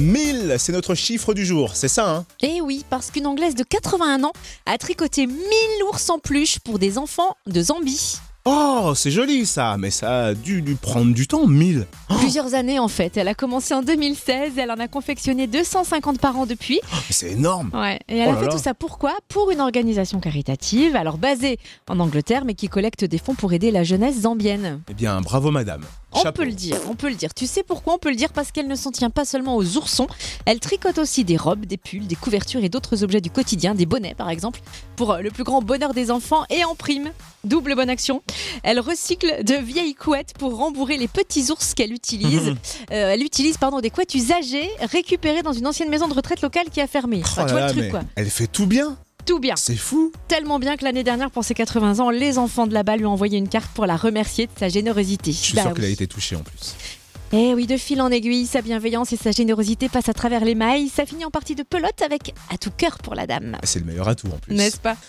1000, c'est notre chiffre du jour, c'est ça hein? Eh oui, parce qu'une Anglaise de 81 ans a tricoté 1000 ours en peluche pour des enfants de Zambie. Oh, c'est joli ça, mais ça a dû lui prendre du temps, 1000. Plusieurs années en fait. Elle a commencé en 2016, elle en a confectionné 250 par an depuis. C'est énorme. Ouais. Et elle Oh a là fait là. tout ça pourquoi? Pour une organisation caritative, alors basée en Angleterre, mais qui collecte des fonds pour aider la jeunesse zambienne. Eh bien, bravo madame. On Chapeau. peut le dire, on peut le dire. Tu sais pourquoi on peut le dire? Parce qu'elle ne s'en tient pas seulement aux oursons. Elle tricote aussi des robes, des pulls, des couvertures et d'autres objets du quotidien, des bonnets par exemple, pour le plus grand bonheur des enfants et en prime. Double bonne action. Elle recycle de vieilles couettes pour rembourrer les petits ours qu'elle utilise. Elle utilise des couettes usagées récupérées dans une ancienne maison de retraite locale qui a fermé. Oh Enfin, tu là vois là, le truc mais quoi. elle fait tout bien. Tout bien. C'est fou. Tellement bien que l'année dernière, pour ses 80 ans, les enfants de là-bas lui ont envoyé une carte pour la remercier de sa générosité. Je suis Bah sûr oui. qu'elle a été touchée en plus. Eh oui, de fil en aiguille, sa bienveillance et sa générosité passent à travers les mailles. Ça finit en partie de pelote avec à tout cœur pour la dame. C'est le meilleur atout en plus. N'est-ce pas?